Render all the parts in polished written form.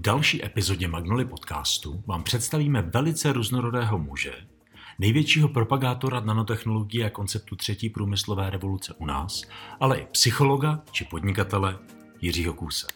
další epizodě Magnoly podcastu vám představíme velice různorodého muže, největšího propagátora nanotechnologie a konceptu třetí průmyslové revoluce u nás, ale i psychologa či podnikatele Jiřího Kůse.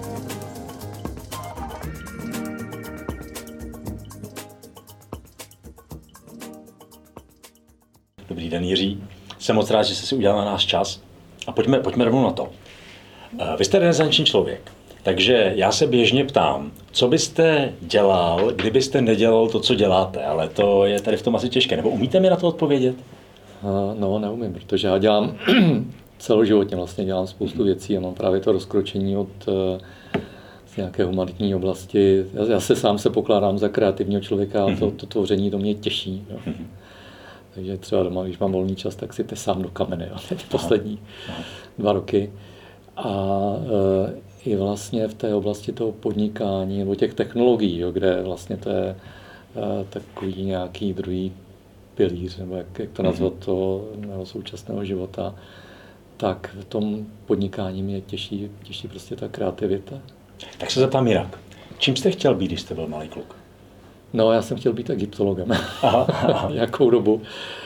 Dobrý den, Jiří. Jsem moc rád, že jste si udělal na náš čas. A pojďme rovnou na to. Vy jste renesanční člověk, takže já se běžně ptám, co byste dělal, kdybyste nedělal to, co děláte, ale to je tady v tom asi těžké. Nebo umíte mi na to odpovědět? No, neumím, protože já dělám celoživotně, vlastně dělám spoustu věcí a mám právě to rozkročení od z nějaké humanitní oblasti. Já se sám pokládám za kreativního člověka a to tvoření to mě těší. Jo. Takže třeba doma, když mám volný čas, tak si tesám do kamene, ty poslední 2 roky. A i vlastně v té oblasti toho podnikání nebo těch technologií, jo, kde vlastně to je takový nějaký druhý pilíř, nebo jak to nazvat, toho mého současného života, tak v tom podnikání mě těší prostě ta kreativita. Tak se zeptám jinak. Čím jste chtěl být, když jste byl malý kluk? No, já jsem chtěl být egyptologem nějakou dobu.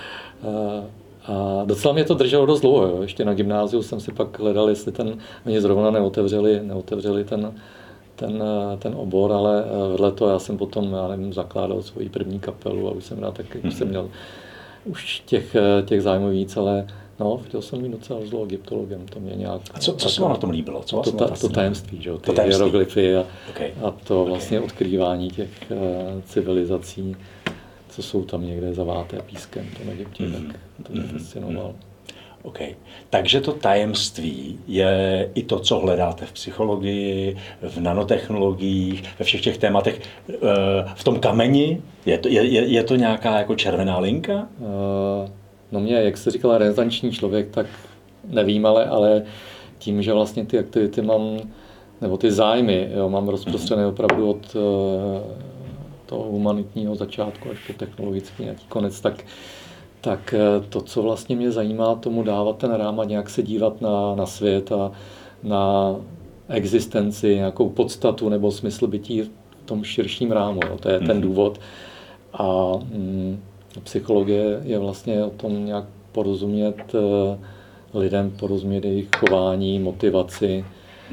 A docela mě to drželo dost dlouho. Jo. Ještě na gymnáziu jsem si pak hledal, jestli oni zrovna neotevřeli ten obor, ale vedle toho já jsem potom, zakládal svoji první kapelu a už jsem rád taky, už jsem měl už těch zájmů víc, ale no, chtěl jsem být docela dlouho egyptologem. To mě nějak... A co se vám na tom líbilo? To tajemství, že? Ty hieroglyfy a to vlastně odkrývání těch civilizací, co jsou tam někde zaváté pískem v tom Egyptě, tak to mě fascinovalo. Okay. Takže to tajemství je i to, co hledáte v psychologii, v nanotechnologiích, ve všech těch tématech. V tom kameni je to nějaká jako červená linka? No mě, jak jste říkala, renesanční člověk, tak nevím, ale tím, že vlastně ty aktivity mám, nebo ty zájmy, mám rozprostřené opravdu od toho humanitního začátku až po technologický nějaký konec, tak to, co vlastně mě zajímá, tomu dávat ten rám a nějak se dívat na svět a na existenci, nějakou podstatu nebo smysl bytí v tom širším rámu. To je ten důvod. A psychologie je vlastně o tom nějak porozumět lidem, porozumět jejich chování, motivaci.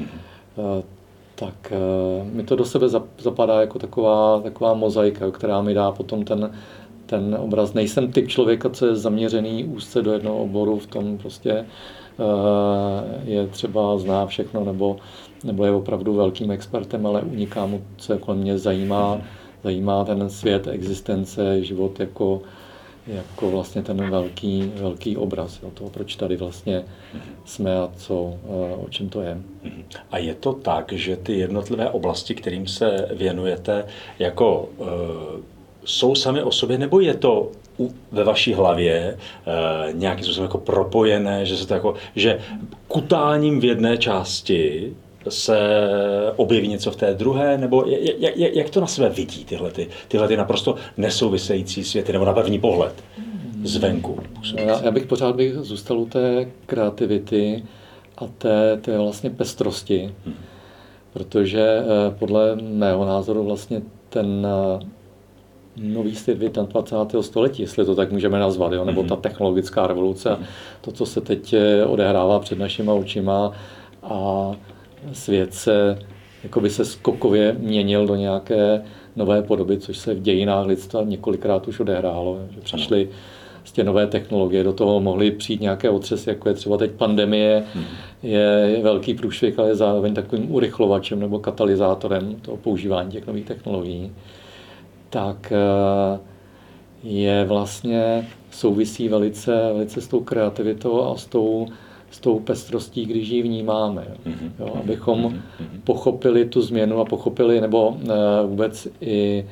Tak mi to do sebe zapadá jako taková mozaika, která mi dá potom ten obraz. Nejsem typ člověka, co je zaměřený úzce do jednoho oboru, v tom prostě je třeba zná všechno, nebo je opravdu velkým expertem, ale uniká mu, co kolem mě zajímá ten svět, existence, život jako vlastně ten velký obraz, toho, proč tady vlastně jsme a o čem to je. A je to tak, že ty jednotlivé oblasti, kterým se věnujete, jako jsou sami o sobě, nebo je to ve vaší hlavě nějakým způsobem jako propojené, že se to jako, že kutáním v jedné části se objeví něco v té druhé, nebo jak to na sebe vidí tyhle naprosto nesouvisející světy, nebo na první pohled zvenku? Já bych pořád zůstal u té kreativity a té vlastně pestrosti, protože podle mého názoru vlastně ten nový svět 21. století, jestli to tak můžeme nazvat, jo? Nebo ta technologická revoluce, to, co se teď odehrává před našima očima a svět se skokově měnil do nějaké nové podoby, což se v dějinách lidstva několikrát už odehrálo. Že přišly nové technologie, do toho mohly přijít nějaké otřesy, jako je třeba teď pandemie, je velký průšvih, ale je zároveň takovým urychlovačem nebo katalyzátorem toho používání těch nových technologií. Tak je vlastně souvisí velice s tou kreativitou a s tou pestrostí, když ji vnímáme. Jo, abychom pochopili tu změnu a vůbec i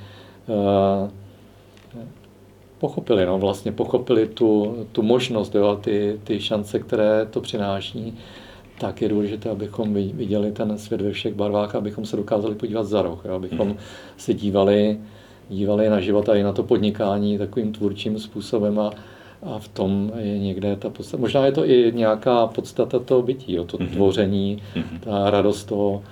pochopili tu možnost, jo, ty šance, které to přináší, tak je důležité, abychom viděli ten svět ve všech barvách, abychom se dokázali podívat za roh, jo, abychom se dívali na život a i na to podnikání takovým tvůrčím způsobem a v tom je někde ta podstata. Možná je to i nějaká podstata toho bytí, jo, to tvoření, ta radost toho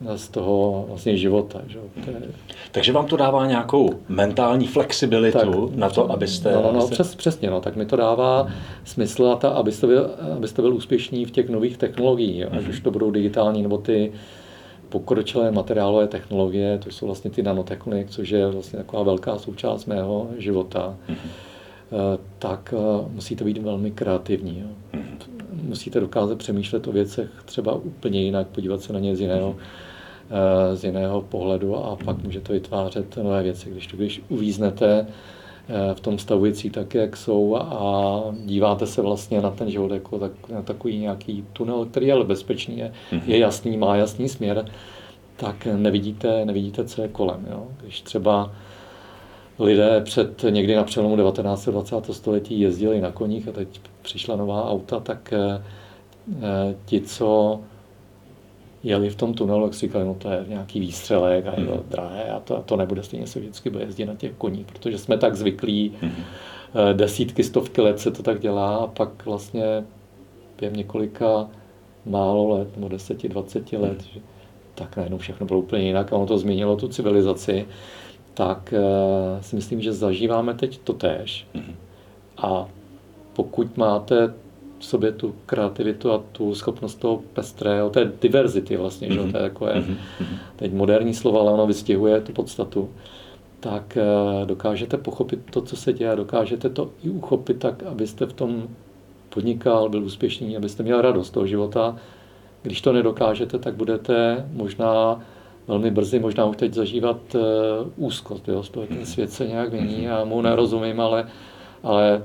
z toho vlastně života. Že? Takže vám to dává nějakou mentální flexibilitu tak, na to, abyste... Přesně, tak mi to dává smysl, abyste byl úspěšní v těch nových technologiích, ať už to budou digitální nebo ty pokročilé materiálové technologie, to jsou vlastně ty nanotechnologie, což je vlastně taková velká součást mého života, tak musíte být velmi kreativní. Jo. Musíte dokázat přemýšlet o věcech třeba úplně jinak, podívat se na ně z jiného pohledu a pak můžete vytvářet nové věci. Když uvíznete v tom stavující tak, jak jsou a díváte se vlastně na ten život jako na takový nějaký tunel, který je ale bezpečný, je jasný, má jasný směr, tak nevidíte, co je kolem. Jo. Když třeba lidé někdy na přelomu 19. a 20. století jezdili na koních a teď přišla nová auta, tak ti, co jeli v tom tunelu, jak si říkali, no to je nějaký výstřelek a je to drahé a to nebude, stejně se vždycky bude jezdit na těch koních, protože jsme tak zvyklí, desítky, stovky let se to tak dělá a pak vlastně během několika málo let, nebo 10, 20 let, že tak najednou všechno bylo úplně jinak a ono to změnilo tu civilizaci, tak si myslím, že zažíváme teď totéž. A pokud máte v sobě tu kreativitu a tu schopnost toho pestrého, té diverzity vlastně, že? To je takové, teď moderní slovo, ale ono vystihuje tu podstatu, tak dokážete pochopit to, co se děje, dokážete to i uchopit tak, abyste v tom podnikal, byl úspěšný, abyste měl radost toho života. Když to nedokážete, tak budete možná velmi brzy, možná už teď zažívat úzkost, jo? Ten svět se nějak mění, já mu nerozumím, ale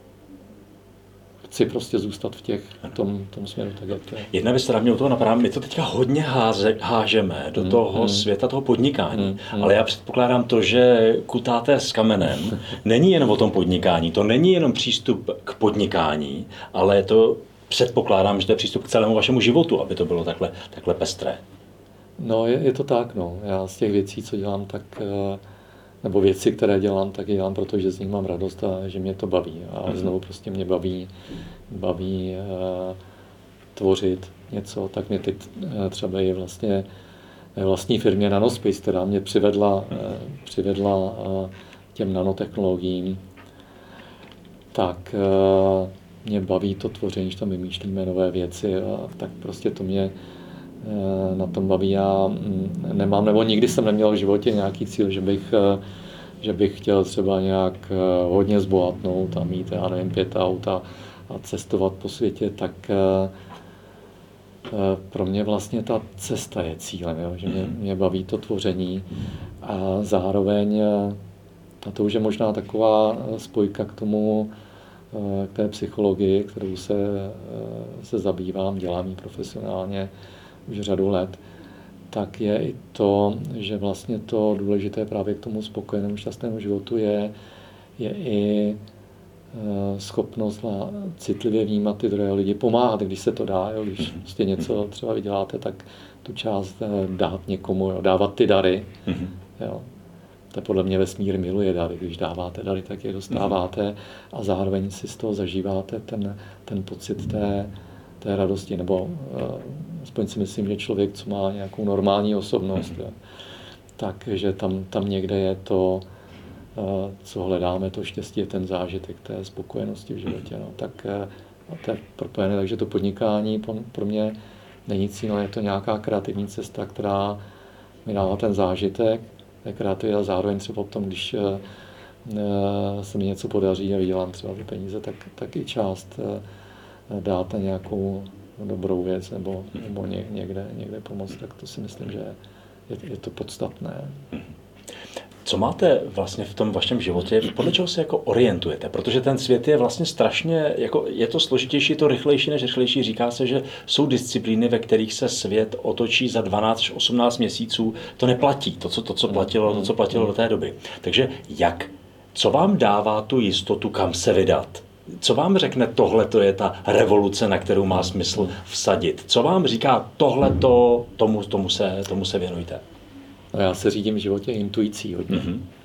chci prostě zůstat v tom směru, tak jak to je. Jedna věc, která mě u toho napadá, my to teďka hodně hážeme do toho světa toho podnikání, ale já předpokládám to, že kutáte s kamenem, není jenom o tom podnikání, to není jenom přístup k podnikání, ale to předpokládám, že to je přístup k celému vašemu životu, aby to bylo takhle pestré. No, je to tak, no. Já z těch věcí, co dělám, nebo věci, které dělám, tak je dělám, protože z nich mám radost a že mě to baví. A znovu prostě mě baví tvořit něco. Tak mě teď třeba je vlastně vlastní firmě Nanospace, která mě přivedla těm nanotechnologiím. Tak mě baví to tvoření, že tam vymýšlíme nové věci a tak prostě to mě na tom baví. Já nemám, nebo nikdy jsem neměl v životě nějaký cíl, že bych chtěl třeba nějak hodně zbohatnout a mít, já nevím, 5 aut a cestovat po světě, tak pro mě vlastně ta cesta je cílem, jo? Že mě baví to tvoření a zároveň a to už je možná taková spojka k té psychologii, kterou se zabývám, dělám ji profesionálně už řadu let, tak je i to, že vlastně to důležité právě k tomu spokojenému šťastnému životu je i schopnost citlivě vnímat ty druhé lidi, pomáhat, když se to dá, jo, když prostě něco třeba vyděláte, tak tu část dát někomu, jo, dávat ty dary. Jo. To podle mě vesmír miluje dary, když dáváte dary, tak je dostáváte a zároveň si z toho zažíváte ten pocit té radosti, nebo aspoň si myslím, že člověk, co má nějakou normální osobnost, takže tam někde je to, co hledáme, to štěstí, je ten zážitek té spokojenosti v životě. No. Tak to je propojené, takže to podnikání pro mě není nic jiného, je to nějaká kreativní cesta, která mi dává ten zážitek, je kreativní a zároveň třeba potom, když se mi něco podaří a vydělám třeba ty peníze, tak i část dáte nějakou dobrou věc nebo někde pomoct, tak to si myslím, že je to podstatné. Co máte vlastně v tom vašem životě, podle čeho se jako orientujete? Protože ten svět je vlastně strašně, jako je to složitější, je to rychlejší než rychlejší. Říká se, že jsou disciplíny, ve kterých se svět otočí za 12 až 18 měsíců. To neplatí, to, co platilo do té doby. Takže co vám dává tu jistotu, kam se vydat? Co vám řekne, tohle to je ta revoluce, na kterou má smysl vsadit? Co vám říká, tohle tomu se věnujte? No, já se řídím v životě intuicí hodně.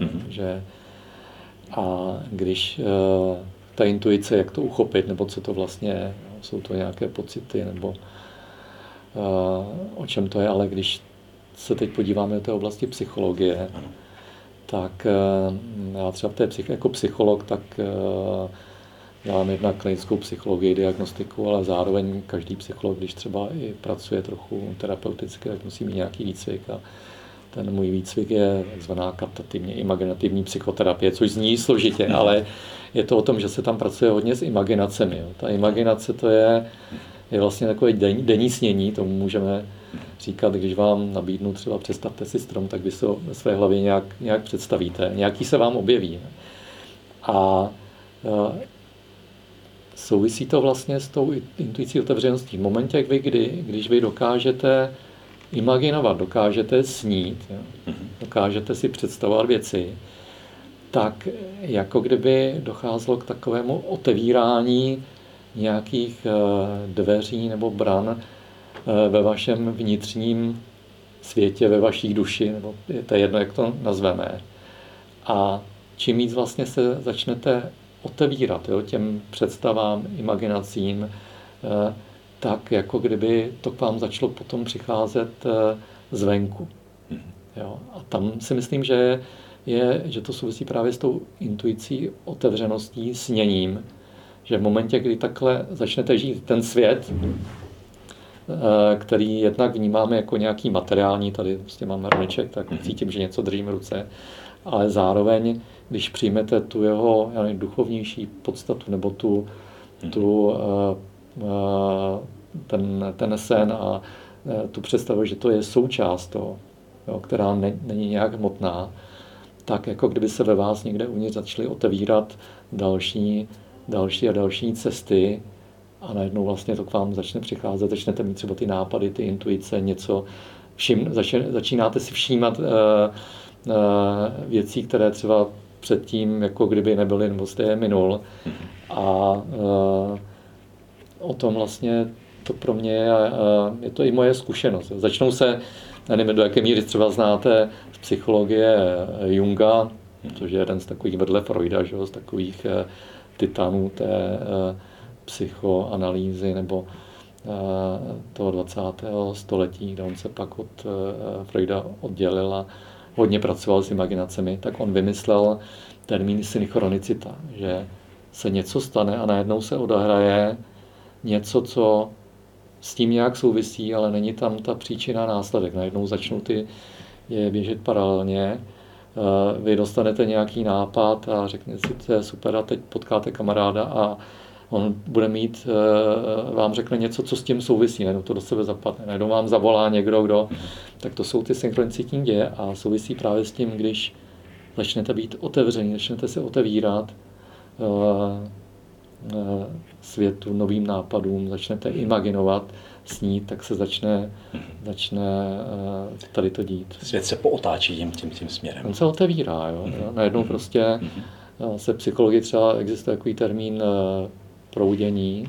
A když ta intuice, jak to uchopit, nebo co to vlastně jsou to nějaké pocity, nebo o čem to je, ale když se teď podíváme do té oblasti psychologie, tak já třeba jako psycholog, tak dělám jednak klinickou psychologii, diagnostiku, ale zároveň každý psycholog, když třeba i pracuje trochu terapeuticky, tak musí mít nějaký výcvik a ten můj výcvik je takzvaná kaptativně imaginativní psychoterapie, což zní složitě, ale je to o tom, že se tam pracuje hodně s imaginacemi. Jo. Ta imaginace to je vlastně takové denní snění, tomu můžeme říkat, když vám nabídnu třeba představte si strom, tak vy se ve své hlavě nějak představíte, nějaký se vám objeví. A souvisí to vlastně s tou intuicí otevřeností. V momentě, když vy dokážete imaginovat, dokážete snít, jo, dokážete si představovat věci, tak jako kdyby docházelo k takovému otevírání nějakých dveří nebo bran ve vašem vnitřním světě, ve vaší duši, nebo to je jedno, jak to nazveme. A čím víc vlastně se začnete otevírat, jo, těm představám, imaginacím, tak jako kdyby to k vám začalo potom přicházet zvenku. Jo. A tam si myslím, že to souvisí právě s tou intuicí, otevřeností, sněním, že v momentě, kdy takhle začnete žít ten svět, který jednak vnímáme jako nějaký materiální, tady prostě mám hrneček, tak cítím, že něco držím v ruce, ale zároveň, když přijmete tu jeho duchovnější podstatu nebo ten sen a tu představu, že to je součást toho, jo, která není nějak hmotná, tak jako kdyby se ve vás někde uvnitř začaly otevírat další a další cesty a najednou vlastně to k vám začne přicházet, začnete mít třeba ty nápady, ty intuice, něco, začínáte si všímat věcí, které třeba předtím jako kdyby nebyly, nebo jste je minul. A o tom vlastně to pro mě je to i moje zkušenost. Začnou se, nevím, do jaké míry třeba znáte z psychologie Junga, což je jeden z takových vedle Freuda, že, z takových titanů té psychoanalýzy nebo toho 20. století, kde on se pak od Freuda oddělil a hodně pracoval s imaginacemi, tak on vymyslel termín synchronicita, že se něco stane a najednou se odehraje něco, co s tím nějak souvisí, ale není tam ta příčina a následek. Najednou začnou ty je běžet paralelně, vy dostanete nějaký nápad a řeknete si, to je super, a teď potkáte kamaráda a on bude mít, vám řekne něco, co s tím souvisí, najednou to do sebe zapadne, najednou vám zavolá někdo, tak to jsou ty synchronicitní děje a souvisí právě s tím, když začnete být otevření, začnete se otevírat světu, novým nápadům, začnete imaginovat, snít, tak se začne tady to dít. Svět se pootáčí tím směrem. On se otevírá, jo. Najednou prostě se psychologii třeba existuje takový termín proudění,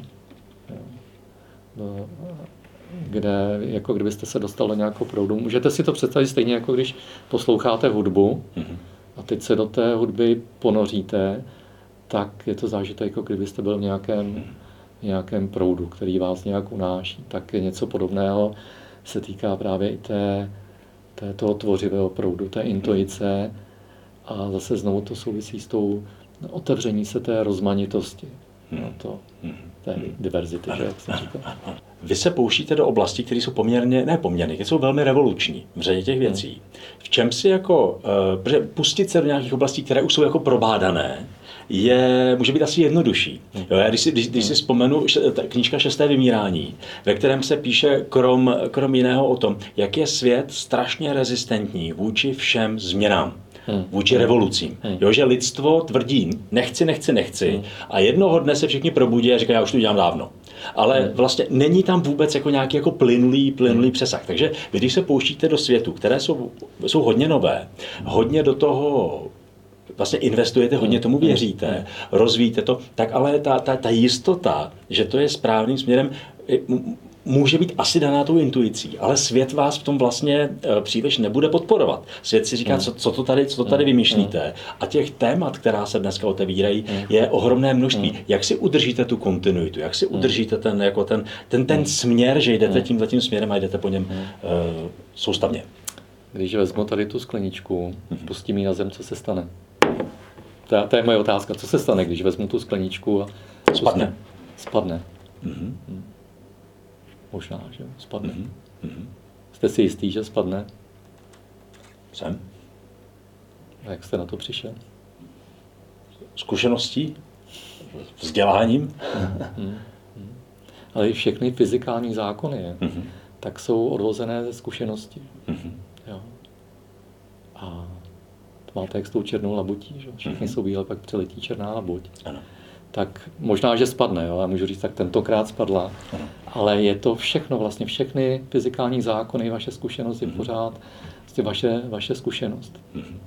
kde jako kdybyste se dostal do nějakého proudu. Můžete si to představit stejně, jako když posloucháte hudbu a teď se do té hudby ponoříte, tak je to zážitek, jako kdybyste byl v nějakém proudu, který vás nějak unáší. Tak něco podobného se týká právě i toho tvořivého proudu, té intuice a zase znovu to souvisí s tou otevření se té rozmanitosti, té diverzity, že, jak jsem říkal. Vy se pouštíte do oblastí, které jsou které jsou velmi revoluční v řadě těch věcí. V čem si protože pustit se do nějakých oblastí, které už jsou jako probádané, může být asi jednodušší. Jo, já když si vzpomenu knížka 6. vymírání, ve kterém se píše krom jiného o tom, jak je svět strašně rezistentní vůči všem změnám, vůči revolucím. Jo, že lidstvo tvrdí nechci a jednoho dne se všichni probudí a říkají, já už to dělám dávno. Ale vlastně není tam vůbec jako nějaký jako plynulý přesah. Takže vy, když se pouštíte do světu, které jsou hodně nové, hodně do toho vlastně investujete, hodně tomu věříte, rozvíjíte to, tak ale ta jistota, že to je správným směrem, může být asi daná tou intuicí, ale svět vás v tom vlastně příliš nebude podporovat. Svět si říká, co to tady vymýšlíte, a těch témat, která se dneska otevírají, je ohromné množství. Jak si udržíte tu kontinuitu, jak si udržíte ten směr, že jdete tímhletím směrem a jdete po něm soustavně. Když vezmu tady tu skleničku, pustím ji na zem, co se stane? To je moje otázka. Co se stane, když vezmu tu skleničku a Spadne. Spadne. Možná, že spadne. Jste si jistý, že spadne? Jsem. A jak jste na to přišel? Zkušeností? Vzděláním? Ale i všechny fyzikální zákony, tak jsou odvozené ze zkušenosti. Jo. A to máte jak s tou černou labutí, že? Všechny jsou bílé, pak přiletí černá labuť. Ano. Tak možná, že spadne, jo? Já můžu říct, tak tentokrát spadla, ale je to všechno, vlastně všechny fyzikální zákony, vaše zkušenost je pořád vlastně vaše zkušenost.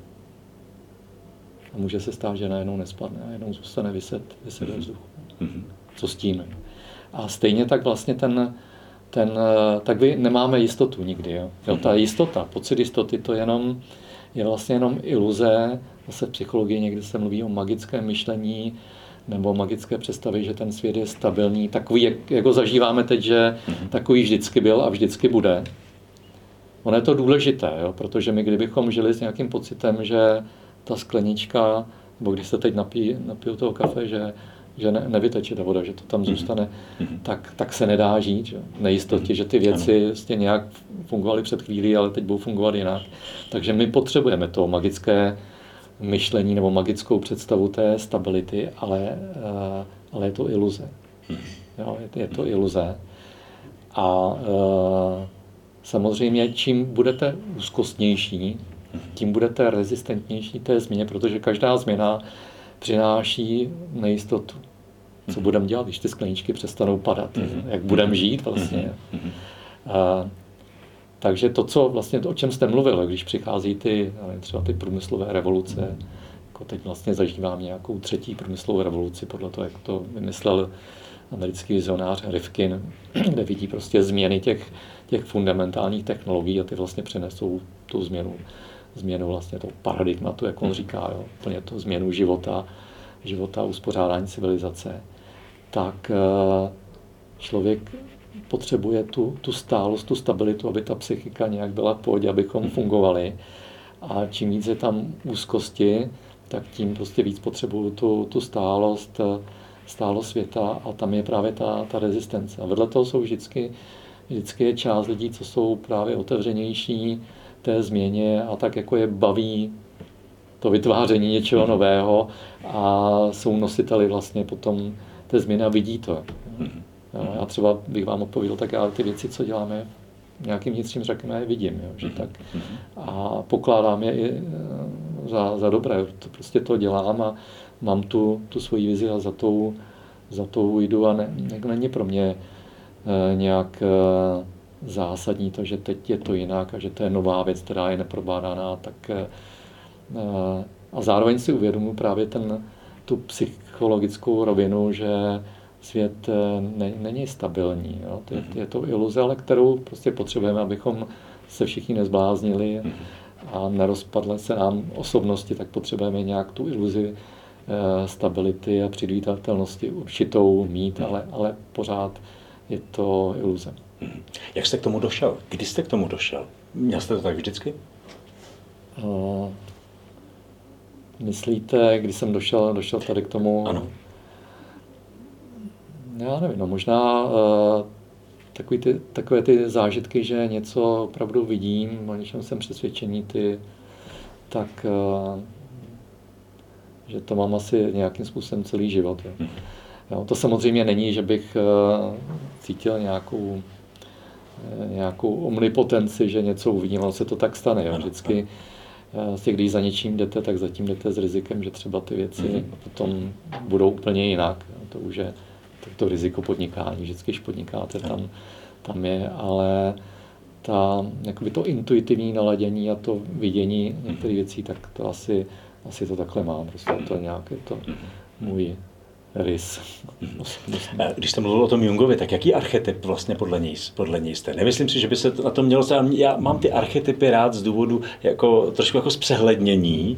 A může se stát, že najednou nespadne a jenom zůstane vyset ve vzduchu. Co s tím? A stejně tak vlastně tak vy nemáme jistotu nikdy. Jo, ta jistota, pocit jistoty, to je vlastně jenom iluze. Zase v psychologii někdy se mluví o magickém myšlení nebo magické představy, že ten svět je stabilní. Takový, jak ho zažíváme teď, že takový vždycky byl a vždycky bude. Ono je to důležité, jo, protože my kdybychom žili s nějakým pocitem, že ta sklenička, nebo když se teď napiju toho kafe, že nevyteče ta voda, že to tam zůstane, tak se nedá žít. Že? Nejistotě, že ty věci vlastně nějak fungovaly před chvílí, ale teď budou fungovat jinak. Takže my potřebujeme to magické myšlení nebo magickou představu té stability, ale je to iluze. Jo, je to iluze. A samozřejmě, čím budete úzkostnější, tím budete rezistentnější té změně, protože každá změna přináší nejistotu. Co budeme dělat, když ty skleničky přestanou padat? Jak budeme žít vlastně? Takže to, co vlastně, o čem jste mluvil, když přichází třeba ty průmyslové revoluce, jako teď vlastně zažívám nějakou třetí průmyslovou revoluci, podle toho, jak to vymyslel americký vizionář Rifkin, kde vidí prostě změny těch fundamentálních technologií a ty vlastně přenesou tu změnu vlastně toho paradigmatu, jak on říká, jo, úplně tu změnu života, uspořádání civilizace, tak člověk potřebuje tu stálost, tu stabilitu, aby ta psychika nějak byla v pohodě, abychom fungovali. A čím víc je tam úzkosti, tak tím prostě víc potřebuju tu stálost světa a tam je právě ta rezistence. A vedle toho jsou vždycky je část lidí, co jsou právě otevřenější té změně a tak jako je baví to vytváření něčeho nového a jsou nositeli vlastně potom té změny a vidí to. Já třeba bych vám odpověděl, tak já ty věci, co děláme nějakým vnitřním řekem, já je vidím, jo, že tak. A pokládám je i za dobré, prostě to dělám a mám tu svoji vizi a za tou jdu a není pro mě nějak zásadní to, že teď je to jinak a že to je nová věc, která je neprobádaná, tak a zároveň si uvědomuji právě tu psychologickou rovinu, že svět není stabilní. Jo? Je to iluze, ale kterou prostě potřebujeme, abychom se všichni nezbláznili a nerozpadly se nám osobnosti, tak potřebujeme nějak tu iluzi stability a předvídatelnosti určitou mít, ale pořád je to iluze. Jak jste k tomu došel? Kdy jste k tomu došel? Měl jste to tak vždycky? Myslíte, kdy jsem došel tady k tomu? Ano. Já nevím, no možná takové ty zážitky, že něco opravdu vidím, o něčem jsem přesvědčený, tak že to mám asi nějakým způsobem celý život. Jo, to samozřejmě není, že bych cítil nějakou omnipotenci, že něco uvidím, ale se to tak stane. Jo. Vždycky, když za něčím jdete, tak zatím jdete s rizikem, že třeba ty věci potom budou úplně jinak. To už je to riziko podnikání. Vždycky, když podnikáte, tam je, ale jakoby to intuitivní naladění a to vidění některých věcí, tak to asi to takhle mám. Prostě to je to můj rys. Když jste mluvil o tom Jungovi, tak jaký archetyp vlastně podle něj jste? Nemyslím si, že by se na to mělo stát. Já mám ty archetypy rád z důvodu trošku jako zpřehlednění.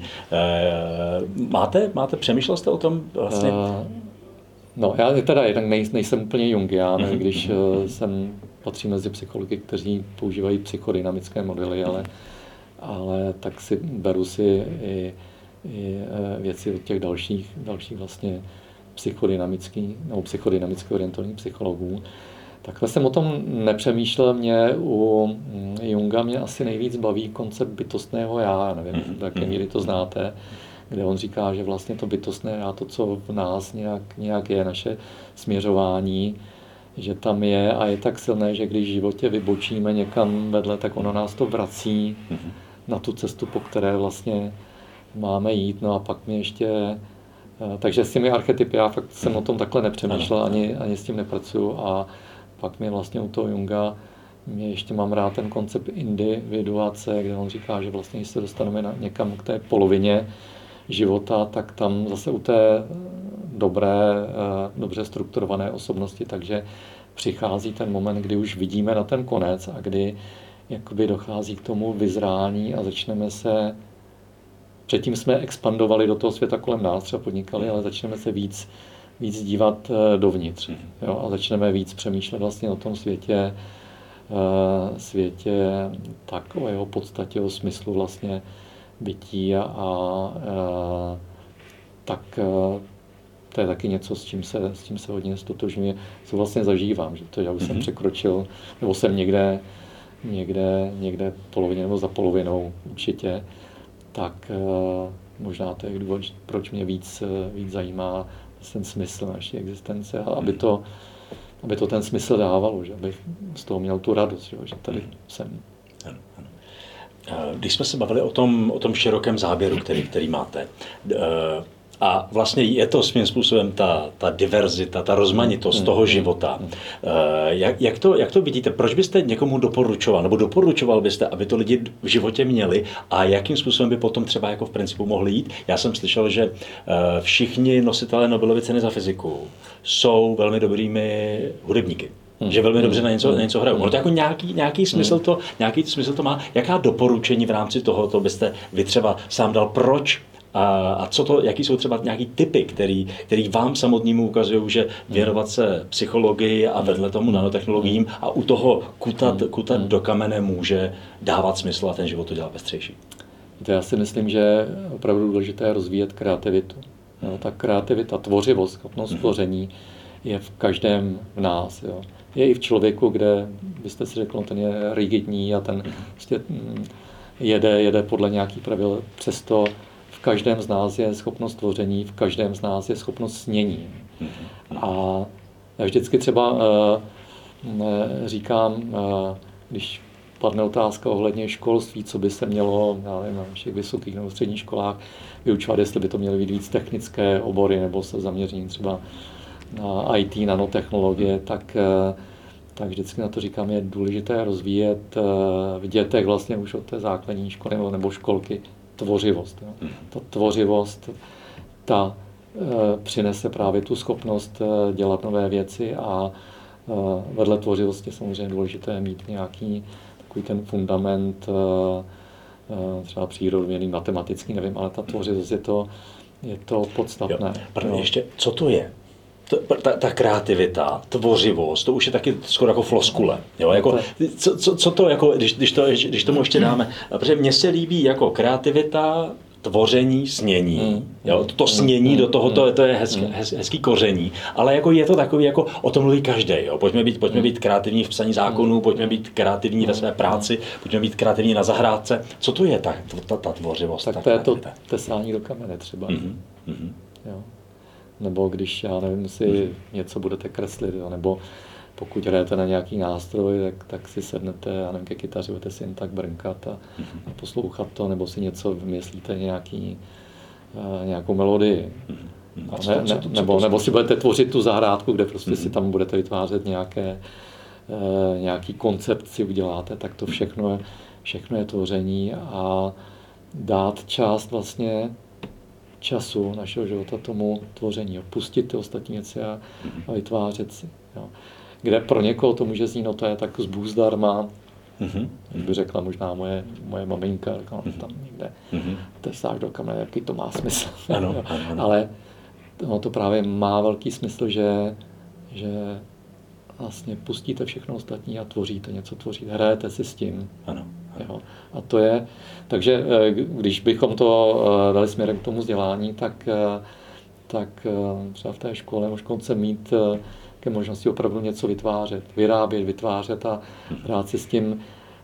Přemýšlel jste o tom vlastně? No, já teda jednak nejsem úplně jungián, když patřím mezi psychology, kteří používají psychodynamické modely, ale tak si beru si i věci od těch dalších vlastně psychodynamicky orientovaných psychologů. Takhle jsem o tom nepřemýšlel. Mě u Junga mě asi nejvíc baví koncept bytostného já, nevím, do jaké míry to znáte, kde on říká, že vlastně to bytostné já, to, co v nás nějak je, naše směřování, že tam je a je tak silné, že když v životě vybočíme někam vedle, tak ono nás to vrací na tu cestu, po které vlastně máme jít. No a pak mě ještě... Takže s těmi archetypy, já fakt jsem o tom takhle nepřemýšlel, ani s tím nepracuju a pak mě vlastně u toho Junga, mě ještě mám rád ten koncept individuace, kde on říká, že vlastně, když se dostaneme někam k té polovině života, tak tam zase u té dobře strukturované osobnosti, takže přichází ten moment, kdy už vidíme na ten konec a kdy jakoby dochází k tomu vyzrání a začneme se, předtím jsme expandovali do toho světa kolem nás, třeba podnikali, ale začneme se víc dívat dovnitř, jo, a začneme víc přemýšlet vlastně o tom světě tak o jeho podstatě, o smyslu vlastně bytí a to je taky něco, s čím se hodně ztotožňuji, co vlastně zažívám, že to já už jsem překročil, nebo jsem někde polovině nebo za polovinou určitě, tak možná to je důvod, proč mě víc zajímá ten smysl naší existence, a aby to ten smysl dávalo, že abych z toho měl tu radost, že tady jsem. Když jsme se bavili o tom širokém záběru, který máte, a vlastně je to svým způsobem ta diverzita, ta rozmanitost toho života. Jak to vidíte? Proč byste někomu doporučoval, nebo doporučoval byste, aby to lidi v životě měli a jakým způsobem by potom třeba jako v principu mohli jít? Já jsem slyšel, že všichni nositelé Nobelovy ceny za fyziku jsou velmi dobrými hudebníky. Že velmi dobře na něco hrajou. Ono to jako nějaký smysl to má. Jaká doporučení v rámci tohoto byste vy třeba sám dal? Proč? A jaký jsou třeba nějaký typy, který vám samotnému ukazují, že věnovat se psychologii a vedle tomu nanotechnologiím a u toho kutat do kamene může dávat smysl a ten život to dělá pestřejší? Já si myslím, že je opravdu důležité rozvíjet kreativitu. Jo, ta kreativita, tvořivost, schopnost tvoření je v každém v nás. Jo. Je i v člověku, kde byste si řekl, ten je rigidní a ten prostě jede podle nějakých pravidel. Přesto v každém z nás je schopnost tvoření, v každém z nás je schopnost snění. A já vždycky třeba říkám, když padne otázka ohledně školství, co by se mělo, já nevím, na všech vysokých nebo středních školách vyučovat, jestli by to měly být víc technické obory nebo se zaměřením třeba na IT, nanotechnologie, tak vždycky na to říkám, je důležité rozvíjet v dětech vlastně už od té základní školy nebo školky tvořivost. Jo. Ta tvořivost, ta přinese právě tu schopnost dělat nové věci a vedle tvořivosti samozřejmě důležité mít nějaký takový ten fundament, třeba přírodovědný, matematický, nevím, ale ta tvořivost je to podstatné. Ještě, co to je? Ta kreativita, tvořivost, to už je taky skoro jako floskule. Jo? Jako, co to, jako, když tomu ještě dáme, protože mně se líbí jako kreativita, tvoření, snění. Jo? To snění do toho, to je hezký koření, ale jako je to takový, jako o tom mluví každý. Jo? Pojďme být kreativní v psaní zákonů, pojďme být kreativní ve své práci, pojďme být kreativní na zahrádce. Co to je ta tvořivost? Tak to je to tesání do kamene třeba. Jo? Nebo když, já nevím, si něco budete kreslit, jo? Nebo pokud hrajete na nějaký nástroj, tak si sednete, já nevím, ke kytaři, budete si jen tak brnkat a poslouchat to, nebo si vymyslíte nějakou melodii. Nebo si budete tvořit tu zahrádku, kde prostě si tam budete vytvářet nějaký koncept si uděláte, tak to všechno je tvoření a dát část vlastně času našeho života tomu tvoření, opustit ty ostatní věci a vytvářet si. Jo. Kde pro někoho to může znít, no to je tak zbůh zdarma, jak by řekla možná moje maminka, tam někde tesáš do kamene, jaký to má smysl. Ano. Ale to právě má velký smysl, že vlastně pustíte všechno ostatní a tvoříte, něco tvoříte, hrajete si s tím. Ano. Jo. A to je, takže když bychom to dali směrem k tomu vzdělání, tak třeba v té škole nebo školce mít ke možnosti opravdu něco vytvářet, vytvářet a hrát si s tím,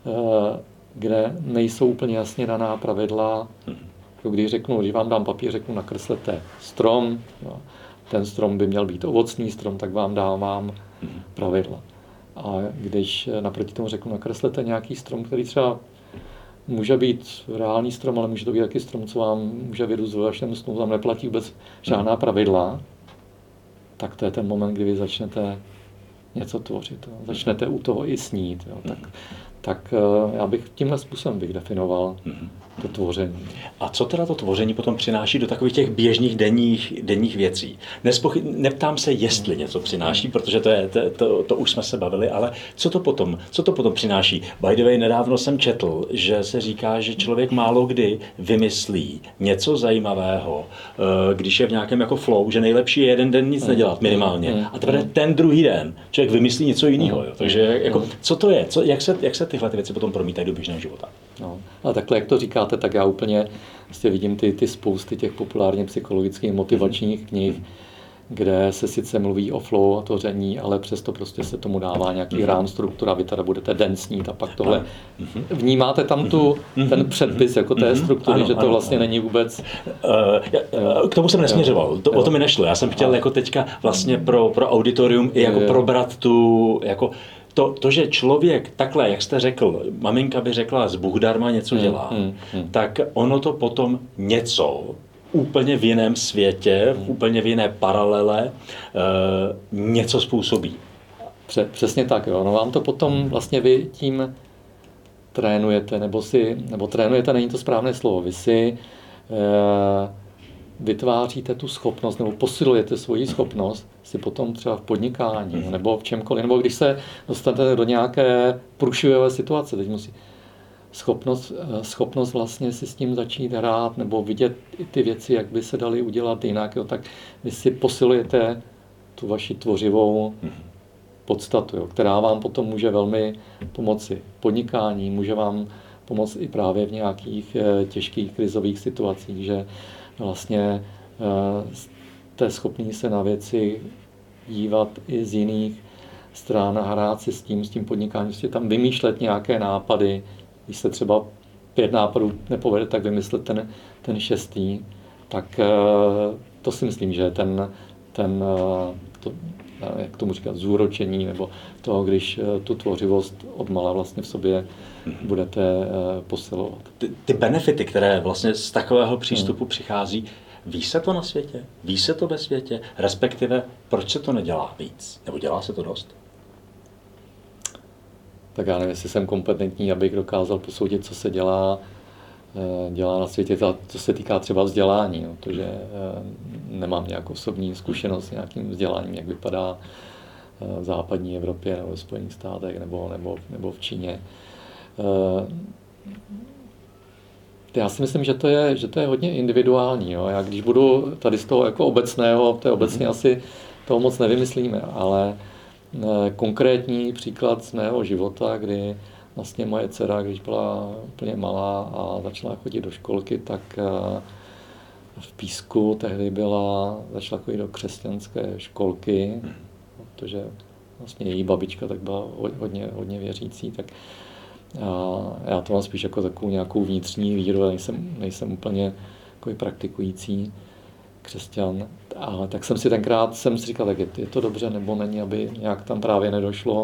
kde nejsou úplně jasně daná pravidla. Když vám dám papír, řeknu nakreslete strom, jo. Ten strom by měl být ovocný strom, tak vám dávám pravidla. A když naproti tomu řeknu nakreslete nějaký strom, který třeba může být reálný strom, ale může to být taky strom, co vám může vyrůst ve vašem snu, tam neplatí vůbec žádná pravidla, tak to je ten moment, kdy vy začnete něco tvořit. Jo. Začnete u toho i snít. Jo. Tak já bych tímhle způsobem definoval to tvoření. A co teda to tvoření potom přináší do takových těch běžných denních věcí? Neptám se, jestli něco přináší, protože to už jsme se bavili, ale co to potom přináší? By the way, nedávno jsem četl, že se říká, že člověk málo kdy vymyslí něco zajímavého, když je v nějakém jako flow, že nejlepší je jeden den nic nedělat minimálně. A teprve ten druhý den člověk vymyslí něco jiného. Jo. Takže jako, co to je? Jak se tyhle věci potom promítají do běžného života? No, a takhle, jak to říkáte, tak já úplně vidím ty spousty těch populárně psychologických motivačních knih, kde se sice mluví o flow a tvoření, ale přesto prostě se tomu dává nějaký rám, struktura, vy teda budete den snít a pak tohle. Vnímáte tam ten předpis jako té struktury, že to vlastně není vůbec... K tomu jsem nesměřoval, o to mi nešlo. Já jsem chtěl jako teďka vlastně pro auditorium i jako probrat tu... Jako, to, že člověk takhle, jak jste řekl, maminka by řekla, z Bůh darma něco dělá, tak ono to potom něco úplně v jiném světě, úplně v jiné paralele, něco způsobí. Přesně tak, jo. No vám to potom vlastně vy tím trénujete, nebo trénujete, není to správné slovo, vy si vytváříte tu schopnost, nebo posilujete svoji schopnost si potom třeba v podnikání, nebo v čemkoliv, nebo když se dostanete do nějaké průšvivé situace, teď musí schopnost vlastně si s tím začít hrát, nebo vidět i ty věci, jak by se daly udělat jinak, jo, tak vy si posilujete tu vaši tvořivou podstatu, jo, která vám potom může velmi pomoci v podnikání, může vám pomoct i právě v nějakých těžkých krizových situacích, že vlastně jste schopní se na věci dívat i z jiných stran a hrát si s tím podnikáním, prostě tam vymýšlet nějaké nápady. Když se třeba 5 nápadů nepovede, tak vymyslet ten 6. Tak to si myslím, že jak tomu říkat, zúročení, nebo toho, když tu tvořivost odmala vlastně v sobě budete posilovat. Ty benefity, které vlastně z takového přístupu přichází, ví se to na světě? Ví se to ve světě? Respektive, proč se to nedělá víc? Nebo dělá se to dost? Tak já nevím, jestli jsem kompetentní, abych dokázal posoudit, co se dělá na světě, co se týká třeba vzdělání, protože nemám nějakou osobní zkušenost s nějakým vzděláním, jak vypadá v západní Evropě nebo v Spojených státech nebo v Číně. Já si myslím, že to je hodně individuální. Jo. Já když budu tady z toho jako obecného, to je obecně asi toho moc nevymyslíme, ale konkrétní příklad z mého života, kdy vlastně moje dcera, když byla úplně malá a začala chodit do školky, tak v Písku tehdy začala chodit do křesťanské školky, protože vlastně její babička tak byla hodně věřící, tak já to mám spíš jako takovou nějakou vnitřní víru, nejsem úplně takový praktikující křesťan. Ale tak jsem si tenkrát říkal, tak je to dobře nebo není, aby nějak tam právě nedošlo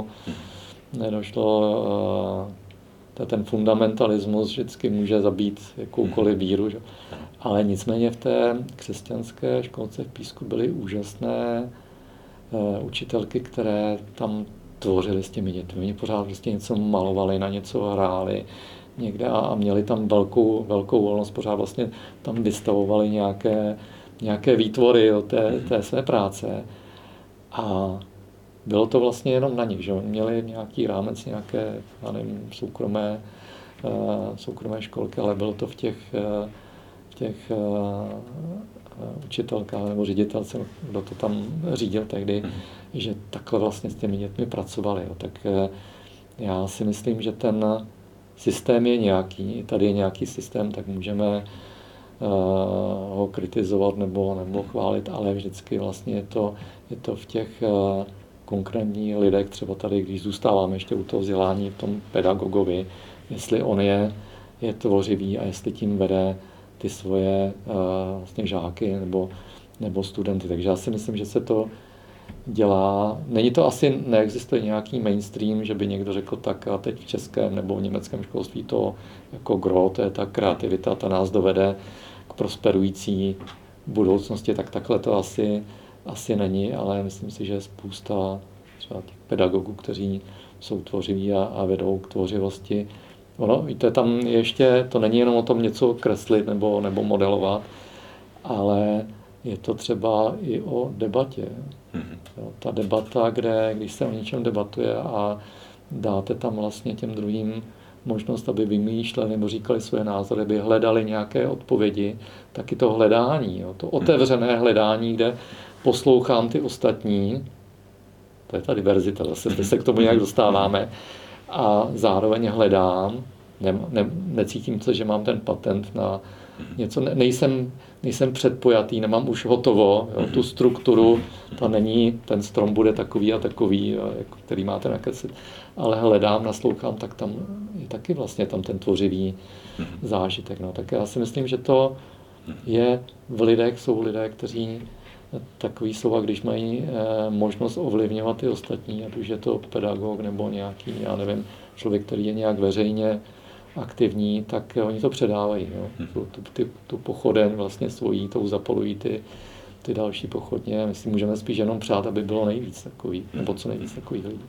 ten fundamentalismus vždycky může zabít jakoukoliv víru. Že? Ale nicméně v té křesťanské školce v Písku byly úžasné učitelky, které tam tvořili s těmi dětmi. Oni pořád prostě něco malovali, na něco hráli někde a měli tam velkou volnost, pořád vlastně tam vystavovali nějaké výtvory té své práce. A bylo to vlastně jenom na nich, že měli nějaký rámec, nějaké, já nevím, soukromé školky, ale bylo to v těch učitelka nebo ředitel, kdo to tam řídil tehdy, že takhle vlastně s těmi dětmi pracovali. Jo. Tak já si myslím, že ten systém je nějaký, tady je nějaký systém, tak můžeme ho kritizovat nebo chválit, ale vždycky vlastně je to v těch konkrétních lidech, třeba tady, když zůstáváme ještě u toho vzdělání v tom pedagogovi, jestli on je tvořivý a jestli tím vede ty svoje vlastně žáky nebo studenty. Takže já si myslím, že se to dělá. Není to asi, neexistuje nějaký mainstream, že by někdo řekl tak a teď v českém nebo v německém školství to jako gro, to je ta kreativita, ta nás dovede k prosperující budoucnosti, tak takhle to asi není, ale myslím si, že je spousta třeba těch pedagogů, kteří jsou tvořiví a vedou k tvořivosti. Ono, víte, tam ještě, to není jenom o tom něco kreslit nebo modelovat, ale je to třeba i o debatě. Jo, ta debata, když se o něčem debatuje a dáte tam vlastně těm druhým možnost, aby vymýšleli nebo říkali své názory, aby hledali nějaké odpovědi, tak i to hledání, jo, to otevřené hledání, kde poslouchám ty ostatní, to je ta diverzita, zase se k tomu nějak dostáváme, a zároveň hledám, necítím se, že mám ten patent na něco, nejsem předpojatý, nemám už hotovo, jo, tu strukturu, ta není, ten strom bude takový a takový, který máte nakreslit, ale hledám, naslouchám, tak tam je taky vlastně tam ten tvořivý zážitek. No. Tak já si myslím, že to je v lidech, jsou lidé, kteří takový jsou, a když mají možnost ovlivňovat ty ostatní, ať už je to pedagog nebo nějaký, já nevím, člověk, který je nějak veřejně aktivní, tak oni to předávají. Jo. Tu pochodeň vlastně svojí, tou zapalují ty další pochodně. My si můžeme spíš jenom přát, aby bylo nejvíc takových, nebo co nejvíc takových lidí.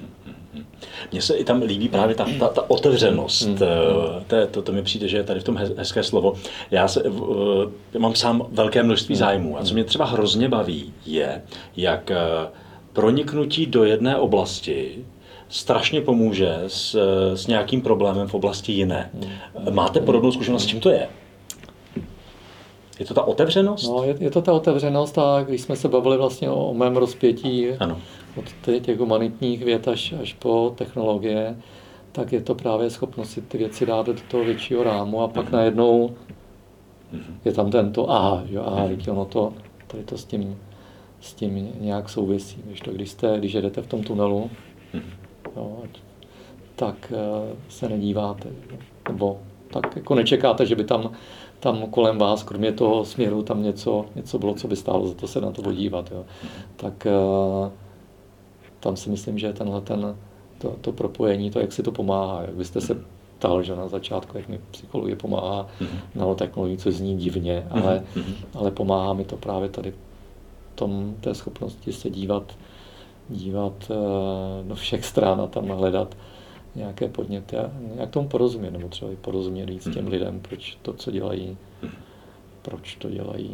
Mně se i tam líbí právě ta otevřenost. To mi přijde, že je tady v tom hezké slovo. Já mám sám velké množství zájmů a co mě třeba hrozně baví je, jak proniknutí do jedné oblasti strašně pomůže s nějakým problémem v oblasti jiné. Máte podobnou zkušenost, s čím to je? Je to ta otevřenost? No, je to ta otevřenost, a když jsme se bavili vlastně o mém rozpětí, ano, od těch humanitních věd až po technologie, tak je to právě schopnost si ty věci dát do toho většího rámu a pak najednou je tam tento teď ono to, tady to s tím nějak souvisí. Když jedete v tom tunelu, jo, tak se nedíváte, nebo tak jako nečekáte, že by tam kolem vás, kromě toho směru, tam něco bylo, co by stálo za to se na to podívat. Jo. Tak tam si myslím, že to propojení, to, jak si to pomáhá. Jak byste se ptal, že na začátku, jak mi psychologie pomáhá nanotechnologie, co zní divně, ale pomáhá mi to právě tady té schopnosti se dívat do všech stran a tam hledat nějaké podněty a nějak tomu porozumět, nebo třeba i porozumět víc těm lidem, proč to, co dělají, proč to dělají.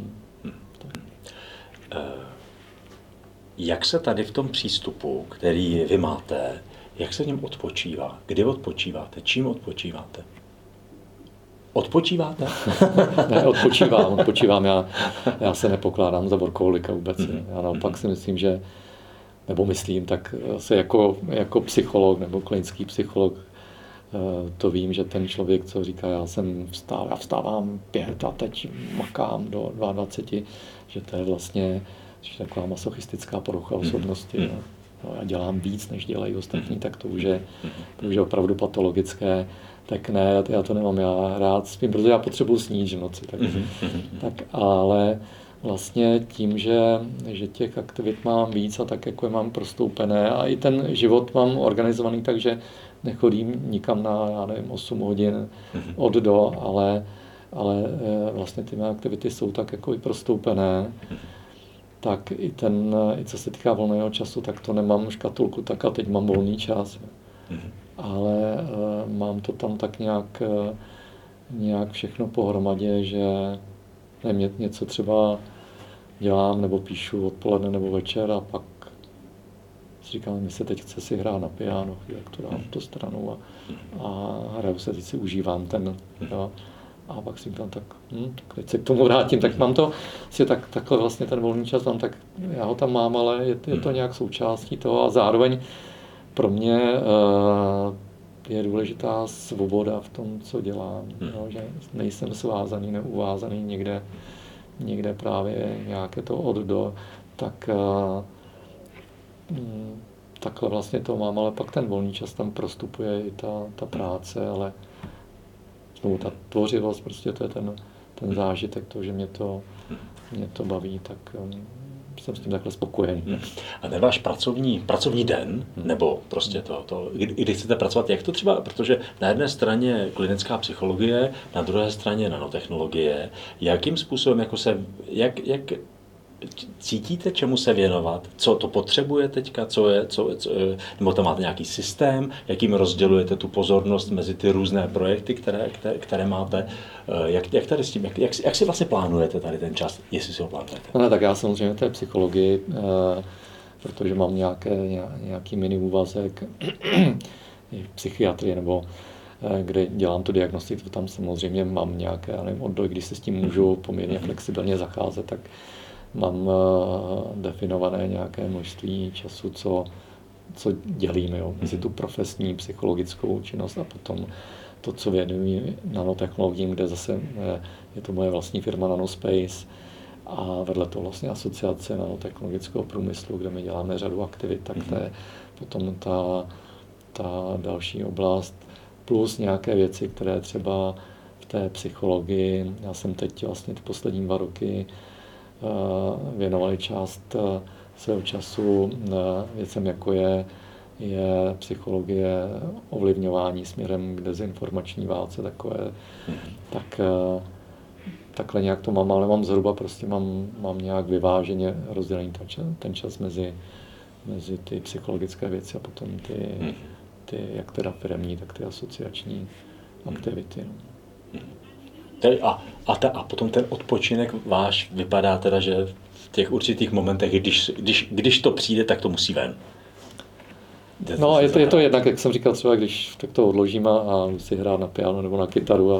Jak se tady v tom přístupu, který vy máte, jak se v něm odpočívá? Kdy odpočíváte? Čím odpočíváte? Odpočíváte? Ne, odpočívám. Já se nepokládám za workoholika vůbec. Já naopak si myslím, že tak se jako psycholog nebo klinický psycholog to vím, že ten člověk, co říká, já vstávám 5 a teď makám do 22, že to je vlastně taková masochistická porucha osobnosti. Já dělám víc, než dělají ostatní, tak to už je opravdu patologické. Tak ne, já to nemám, já rád spím, protože já potřebuji snít v noci. Tak ale vlastně tím, že těch aktivit mám víc a tak, jako je mám prostoupené a i ten život mám organizovaný, takže nechodím nikam na, 8 hodin od do, ale vlastně ty mé aktivity jsou tak jako i prostoupené, tak i co se týká volného času, tak to nemám škatulku, tak a teď mám volný čas. Ale mám to tam tak nějak všechno pohromadě, že něco třeba dělám nebo píšu odpoledne nebo večer a pak si říkám, mi se teď chce si hrát na piano, tak to dám tu stranu a hraju se, teď si užívám A pak si říkám, tak teď se k tomu vrátím, tak mám to, takhle vlastně ten volný čas mám, tak já ho tam mám, ale je to nějak součástí toho a zároveň pro mě je důležitá svoboda v tom, co dělám, že nejsem svázaný, neuvázaný někde právě nějaké to od do, tak takhle vlastně to mám, ale pak ten volný čas tam prostupuje i ta práce, ale znovu ta tvořivost, prostě to je ten zážitek, to, že mě to baví, tak jsem s tím takhle spokojený. A ten váš pracovní den, nebo prostě kdy chcete pracovat, jak to třeba, protože na jedné straně klinická psychologie, na druhé straně nanotechnologie, jakým způsobem, jak cítíte, čemu se věnovat, co to potřebuje teďka, nebo tam máte nějaký systém, jakým rozdělujete tu pozornost mezi ty různé projekty, které máte, jak tady s tím, jak si vlastně plánujete tady ten čas, jestli si ho plánujete? No, tak já samozřejmě té psychologii, protože mám nějaký mini úvazek v psychiatrii, nebo kde dělám tu diagnostiku, tam samozřejmě mám nějaké, já nevím, když se s tím můžu poměrně flexibilně zacházet, tak mám definované nějaké množství času, co dělím mezi tu profesní psychologickou činnost a potom to, co věnuji nanotechnologiím, kde zase je to moje vlastní firma Nanospace a vedle toho vlastně asociace nanotechnologického průmyslu, kde my děláme řadu aktivit, tak to je potom ta další oblast, plus nějaké věci, které třeba v té psychologii, já jsem teď vlastně ty poslední 2 roky věnovali část svého času věcem, jako je psychologie ovlivňování směrem k dezinformační válce, takhle nějak to mám, ale mám zhruba, prostě mám nějak vyváženě rozdělený ten čas mezi ty psychologické věci a potom ty jak teda firemní, tak ty asociační aktivity. A potom ten odpočinek váš vypadá teda, že v těch určitých momentech, když to přijde, tak to musí ven. No, je to jednak, jak jsem říkal, třeba když tak to odložím a si hrát na piano nebo na kytaru,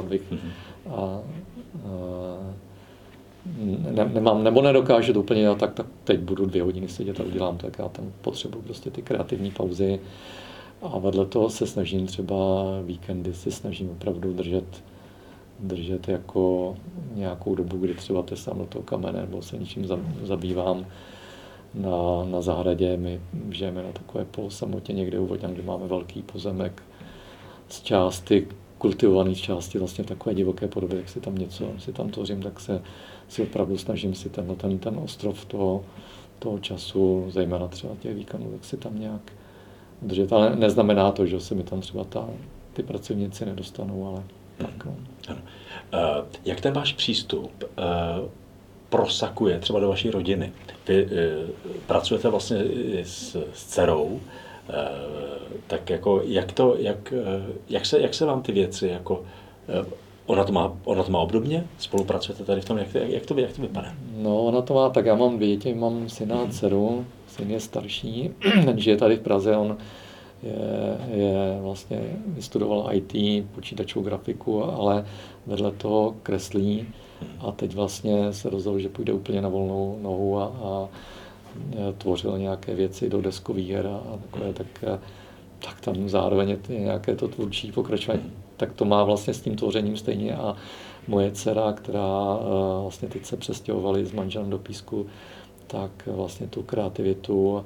nebo nedokážu to úplně, tak teď budu 2 hodiny sedět a udělám, tak já tam potřebuji prostě ty kreativní pauzy a vedle toho se snažím třeba víkendy opravdu držet jako nějakou dobu, kdy třeba tesám do toho kamene nebo se něčím zabývám. Na zahradě my žijeme na takové polosamotě někde u Vodňan, kde máme velký pozemek z části, kultivovaný z části vlastně v takové divoké podobě, jak si tam tvořím, tak si opravdu snažím si ten ostrov toho času, zejména třeba těch víkendů, tak si tam nějak držet. Ale neznamená to, že se mi tam třeba ty pracovníci nedostanou, ale tak. No. Jak ten váš přístup prosakuje třeba do vaší rodiny? Vy pracujete vlastně s dcerou, tak jako jak se vám ty věci jako ona to má obdobně? Spolupracujete tady v tom, jak to vypadá? No, ona to má, tak já mám 2 děti, mám syna a dceru, syn je starší, ten žije tady v Praze, on je vlastně vystudoval IT, počítačovou grafiku, ale vedle toho kreslí a teď vlastně se rozhodl, že půjde úplně na volnou nohu a tvořil nějaké věci do deskových her a takové, tak tam zároveň je nějaké to tvůrčí pokračování. Tak to má vlastně s tím tvořením stejně a moje dcera, která vlastně teď se přestěhovali s manželem do Písku, tak vlastně tu kreativitu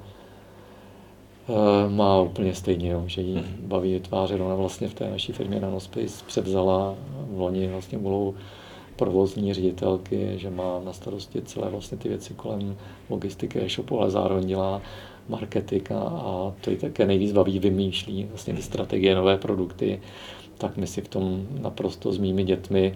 má úplně stejně, že jí baví vytvářet. Ona vlastně v té naší firmě Nanospace převzala v loni vlastně úlohu provozní ředitelky, že má na starosti celé vlastně ty věci kolem logistiky e-shopu, ale zároveň dělá marketing a to ji také nejvíc baví, vymýšlí vlastně ty strategie, nové produkty, tak my si v tom naprosto s mými dětmi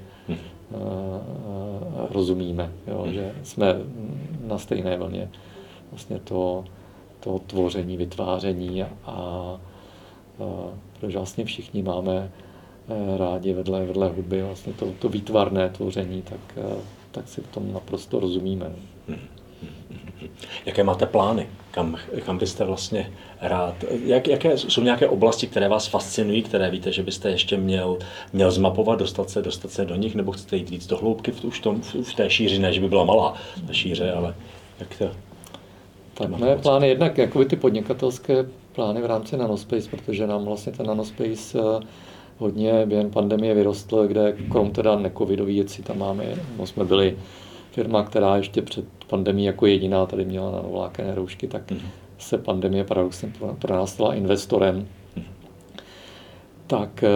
rozumíme, že jsme na stejné vlně vlastně to tvoření, vytváření a protože vlastně všichni máme rádi vedle hudby vlastně to výtvarné tvoření, tak si v tom naprosto rozumíme. Jaké máte plány? Kam byste vlastně rád? Jaké jsou nějaké oblasti, které vás fascinují, které víte, že byste ještě měl zmapovat, dostat se do nich, nebo chcete jít víc do hloubky v té šíři, ne, že by byla malá ta šíře, ale jak to? Tak moje plány jednak jakoby ty podnikatelské plány v rámci Nanospace, protože nám vlastně ten Nanospace hodně během pandemie vyrostl, kde krom teda necovidové věci tam máme, jsme byli firma, která ještě před pandemií jako jediná tady měla nanovlákené roušky, tak se pandemie paradoxně pro nás stala investorem. Tak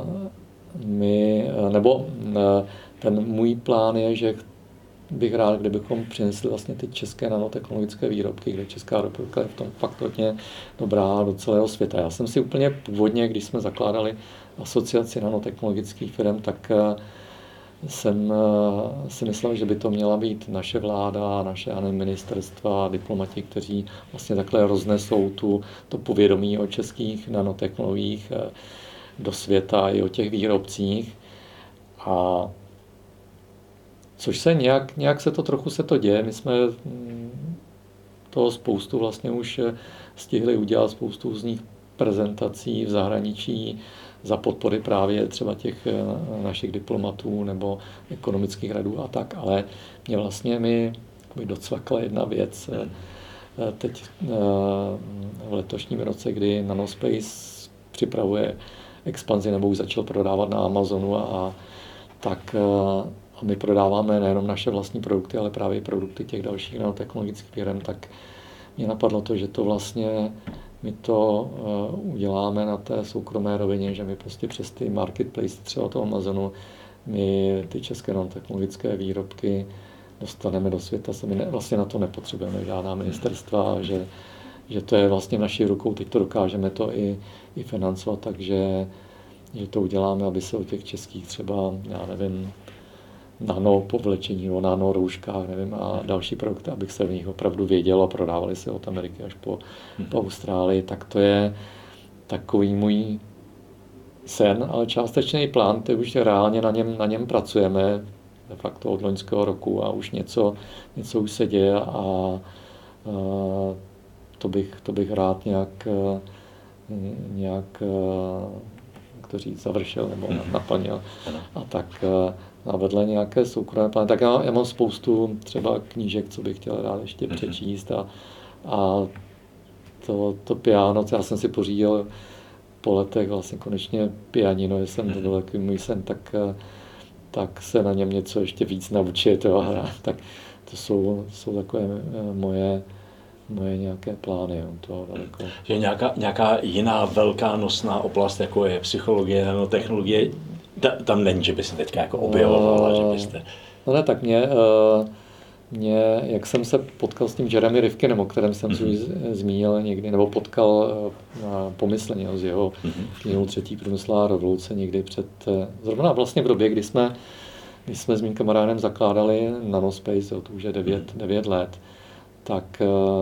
ten můj plán je, že bych rád, kdybychom přinesli vlastně ty české nanotechnologické výrobky, kde Česká republika je v tom fakt hodně dobrá do celého světa. Já jsem si úplně původně, když jsme zakládali asociaci nanotechnologických firm, tak jsem si myslel, že by to měla být naše vláda, naše ministerstva, diplomati, kteří vlastně takhle roznesou to povědomí o českých nanotechnologiích do světa i o těch výrobcích. A což se nějak se to trochu děje. My jsme toho spoustu vlastně už stihli udělat, spoustu z nich prezentací v zahraničí za podpory právě třeba těch našich diplomatů nebo ekonomických radů a tak, ale mě vlastně mi docvakla jedna věc. Teď v letošním roce, kdy Nanospace připravuje expanzi nebo už začal prodávat na Amazonu a my prodáváme nejenom naše vlastní produkty, ale právě produkty těch dalších nanotechnologických firm, tak mě napadlo to, že to vlastně my to uděláme na té soukromé rovině, že my prostě přes ty marketplace třeba toho Amazonu my ty české nanotechnologické výrobky dostaneme do světa. Vlastně na to nepotřebujeme žádná ministerstva, že to je vlastně v naší rukou, teď to dokážeme to i financovat, takže že to uděláme, aby se o těch českých třeba, já nevím, nano povlečení, o nano rouškách, nevím, a další produkty, abych se v nich opravdu věděl a prodávali se od Ameriky až po Austrálii, tak to je takový můj sen, ale částečný plán, teď už reálně na něm pracujeme, de facto od loňského roku a už něco už se děje a to bych rád nějak to říct, završil nebo naplnil. A tak a vedle nějaké soukromé plány. Tak já mám spoustu třeba knížek, co bych chtěl rád ještě přečíst a to piano, já jsem si pořídil po letech vlastně konečně pianino, jsem to byl takový můj sen, tak se na něm něco ještě víc naučit. Jo. Tak to jsou takové moje nějaké plány. Je nějaká jiná velká nosná oblast, jako je psychologie, nanotechnologie, tam není, že by se teďka jako objevovala, že byste... No ne, tak mě, jak jsem se potkal s tím Jeremy Rifkinem, o kterém jsem si zmínil někdy, nebo potkal pomyslně z jeho knihu Třetí průmyslová revoluce někdy zrovna vlastně v době, kdy jsme s mým kamarádem zakládali Nanospace, to už je 9 let, tak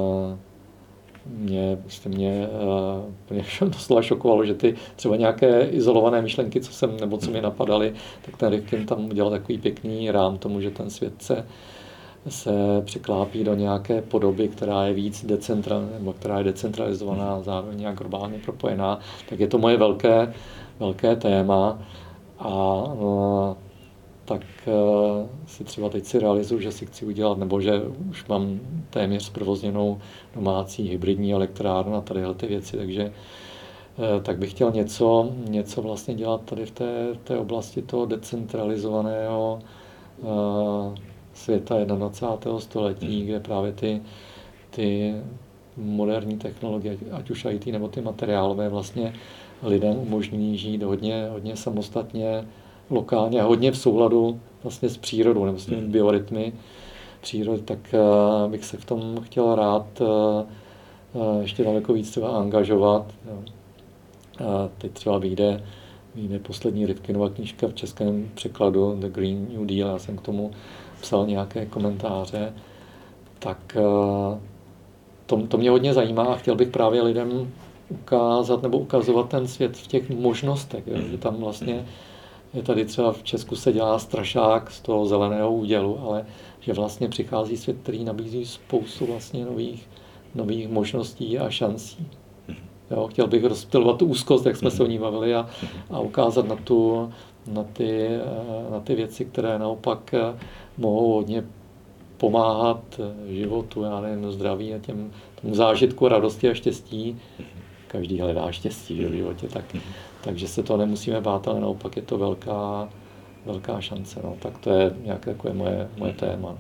mě doslova šokovalo, že ty třeba nějaké izolované myšlenky, co mi napadaly, tak ten Rifkin tam udělal takový pěkný rám tomu, že ten svět se překlápí do nějaké podoby, která je víc která je decentralizovaná a zároveň nějak globálně propojená. Tak je to moje velké téma a tak si třeba teď realizuju, že si chci udělat, nebo že už mám téměř zprovozněnou domácí hybridní elektrárnu a tadyhle ty věci, takže tak bych chtěl něco vlastně dělat tady v té oblasti toho decentralizovaného světa 21. století, kde právě ty moderní technologie, ať už IT nebo ty materiálové, vlastně lidem umožní žít hodně samostatně, lokálně a hodně v souladu vlastně s přírodou nebo s těmi biorytmy přírody, tak bych se v tom chtěl rád ještě daleko víc třeba angažovat. A teď třeba vyjde poslední Rifkinova knížka v českém překladu The Green New Deal, já jsem k tomu psal nějaké komentáře, tak to mě hodně zajímá a chtěl bych právě lidem ukázat nebo ukazovat ten svět v těch možnostech, že tam vlastně že tady třeba v Česku se dělá strašák z toho zeleného údělu, ale že vlastně přichází svět, který nabízí spoustu vlastně nových možností a šancí. Jo, chtěl bych rozptylovat tu úzkost, jak jsme se o ní bavili, a ukázat na ty věci, které naopak mohou hodně pomáhat životu, já nevím, zdraví a tomu zážitku, radosti a štěstí. Každý hledá štěstí v životě, takže se to nemusíme bát, ale naopak je to velká šance. No. Tak to je nějaké takové moje téma.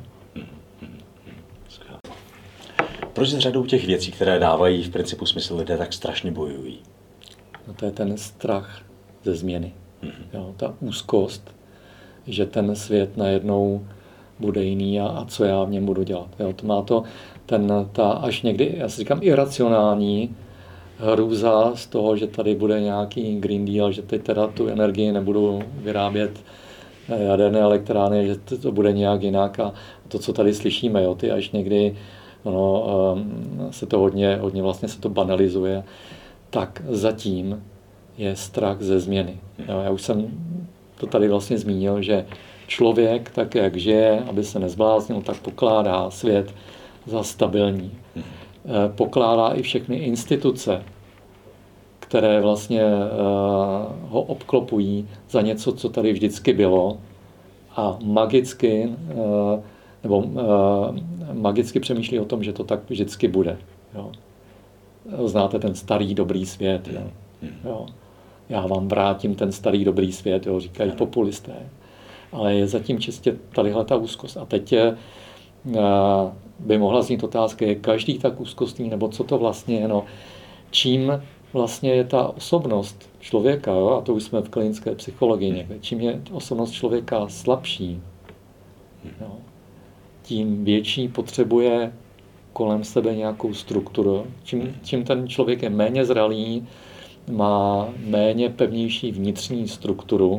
Proč s řadou těch věcí, které dávají v principu smysl, lidé tak strašně bojují? No to je ten strach ze změny. Jo, ta úzkost, že ten svět najednou bude jiný a co já v něm budu dělat. Jo, to má ta až někdy, já si říkám, iracionální hrůza z toho, že tady bude nějaký Green Deal, že teď teda tu energii nebudou vyrábět jaderné elektrárny, že to bude nějak jinak, a to, co tady slyšíme, jo, ty až někdy se to hodně vlastně se to banalizuje, tak zatím je strach ze změny. Jo, já už jsem to tady vlastně zmínil, že člověk, tak jak žije, aby se nezbláznil, tak pokládá svět za stabilní. Pokládá i všechny instituce, které vlastně ho obklopují, za něco, co tady vždycky bylo, a magicky přemýšlí o tom, že to tak vždycky bude. Jo. Znáte ten starý dobrý svět. Jo. Jo. Já vám vrátím ten starý dobrý svět, jo, říkají populisté. Ale je zatím čistě tadyhle ta úzkost. A teď by mohla znít otázka, je každý tak úzkostný, nebo co to vlastně je, čím vlastně je ta osobnost člověka, jo, a to už jsme v klinické psychologii někde, čím je osobnost člověka slabší, jo, tím větší potřebuje kolem sebe nějakou strukturu. Čím ten člověk je méně zralý, má méně pevnější vnitřní strukturu,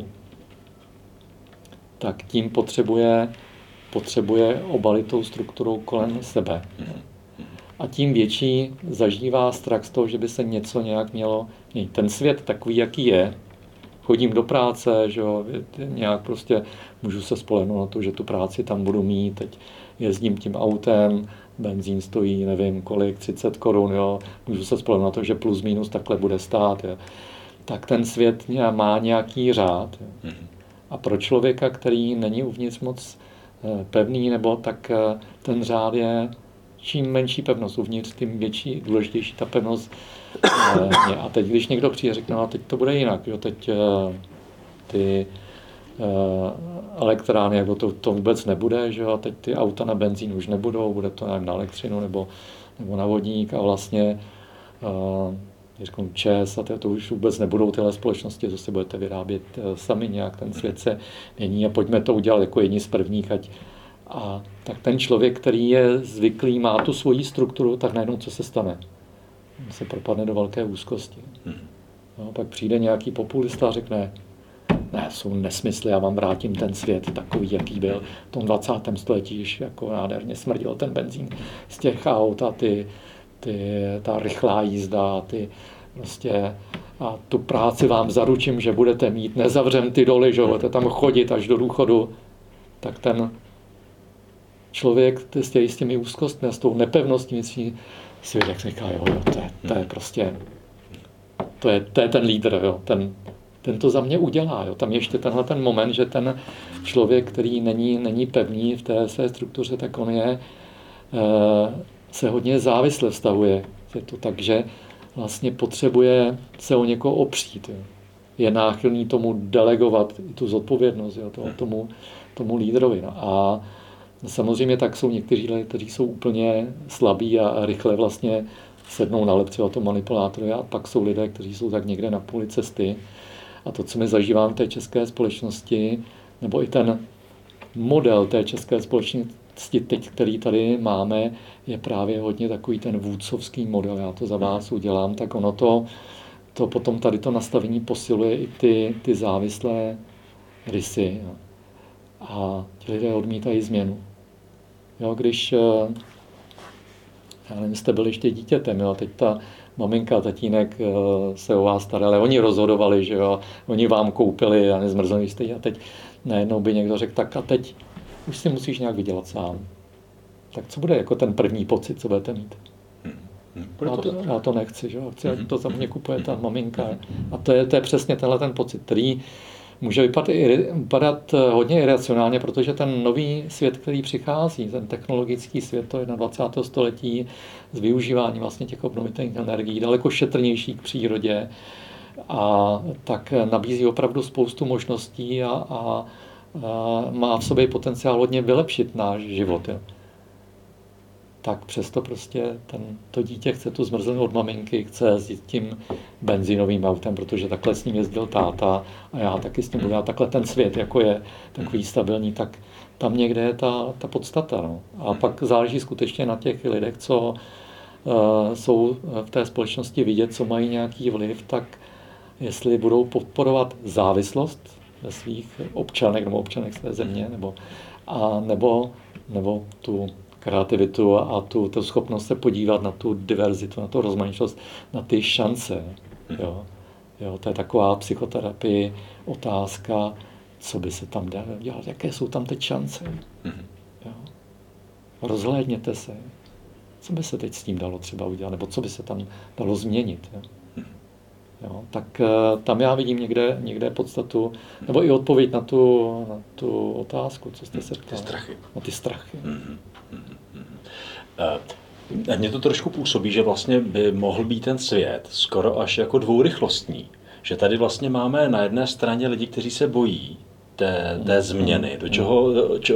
tak tím potřebuje obalit tou strukturou kolem sebe. A tím větší zažívá strach z toho, že by se něco nějak mělo měnit. Ten svět takový, jaký je, chodím do práce, že jo, nějak prostě můžu se spolehnout na to, že tu práci tam budu mít, teď jezdím tím autem, benzín stojí, nevím kolik, 30 korun, jo, můžu se spolehnout na to, že plus minus takhle bude stát, jo. Tak ten svět má nějaký řád. Jo. A pro člověka, který není uvnitř moc pevný, nebo tak ten řád je, čím menší pevnost uvnitř, tím větší, důležitější ta pevnost je. A teď, když někdo přijde, řekne, no teď to bude jinak, jo, teď ty elektrárny, jako to vůbec nebude, že jo, a teď ty auta na benzín už nebudou, bude to nevím, na elektřinu nebo na vodík, a vlastně řeknu ČEZ a to už vůbec nebudou tyhle společnosti, to si budete vyrábět sami nějak, ten svět se mění a pojďme to udělat jako jedni z prvních, a tak ten člověk, který je zvyklý, má tu svoji strukturu, tak najednou co se stane? On se propadne do velké úzkosti. No, pak přijde nějaký populista a řekne, ne, jsou nesmysly, já vám vrátím ten svět takový, jaký byl. V tom 20. století již jako nádherně smrdil ten benzín z těch aut a ta rychlá jízda, prostě, a tu práci vám zaručím, že budete mít, nezavřem ty doly, že budete tam chodit až do důchodu, tak ten člověk s těmi úzkostmi a s tou nepevností si říká, jo, to je prostě, to je ten lídr, jo, ten to za mě udělá. Jo. Tam ještě tenhle ten moment, že ten člověk, který není pevný v té své struktuře, tak on se hodně závisle vztahuje. Je to tak, že vlastně potřebuje se o někoho opřít. Jo. Je náchylný tomu delegovat tu zodpovědnost, jo, tomu lídrovi. No. A samozřejmě tak jsou někteří lidé, kteří jsou úplně slabí a rychle vlastně sednou na lep třeba to manipulátory, a pak jsou lidé, kteří jsou tak někde na půli cesty. A to, co my zažíváme v té české společnosti, nebo i ten model té české společnosti teď, který tady máme, je právě hodně takový ten vůdcovský model. Já to za vás udělám, tak ono to potom tady to nastavení posiluje i ty závislé rysy. Jo. A ti lidé odmítají změnu. Jo, když já nevím, jste byli ještě dítětem, jo, teď ta maminka, tatínek se o vás starali, oni rozhodovali, že jo, oni vám koupili a nezmrzlý jste a teď najednou by někdo řekl, tak a teď už si musíš nějak vydělat sám. Tak co bude jako ten první pocit, co budete mít? Já to nechci, že jo, chci, ať to za mě kupuje ta maminka. A to je přesně tenhle ten pocit, který může vypadat hodně iracionálně, protože ten nový svět, který přichází, ten technologický svět, to 21. století s využíváním vlastně těch obnovitelných energií, daleko šetrnější k přírodě, a tak nabízí opravdu spoustu možností a má v sobě potenciál hodně vylepšit náš život. Jo. Tak přesto prostě to dítě chce tu zmrzlinu od maminky, chce jezdit tím benzínovým autem, protože takhle s ním jezdil táta a já taky s ním budu. A takhle ten svět, jako je takový stabilní, tak tam někde je ta podstata. No. A pak záleží skutečně na těch lidech, co jsou v té společnosti vidět, co mají nějaký vliv, tak jestli budou podporovat závislost ve svých občanech nebo občanech své země, nebo tu kreativitu a tu schopnost se podívat na tu diverzitu, na tu rozmanitost, na ty šance. Jo, to je taková psychoterapie, otázka, co by se tam dalo dělat, jaké jsou tam teď šance. Jo. Rozhlédněte se, co by se teď s tím dalo třeba udělat, nebo co by se tam dalo změnit. Jo, tak tam já vidím někde podstatu, nebo i odpověď na tu otázku, co jste se ptali. Na ty strachy. Mně to trošku působí, že vlastně by mohl být ten svět skoro až jako dvourychlostní. Že tady vlastně máme na jedné straně lidi, kteří se bojí té změny, do čeho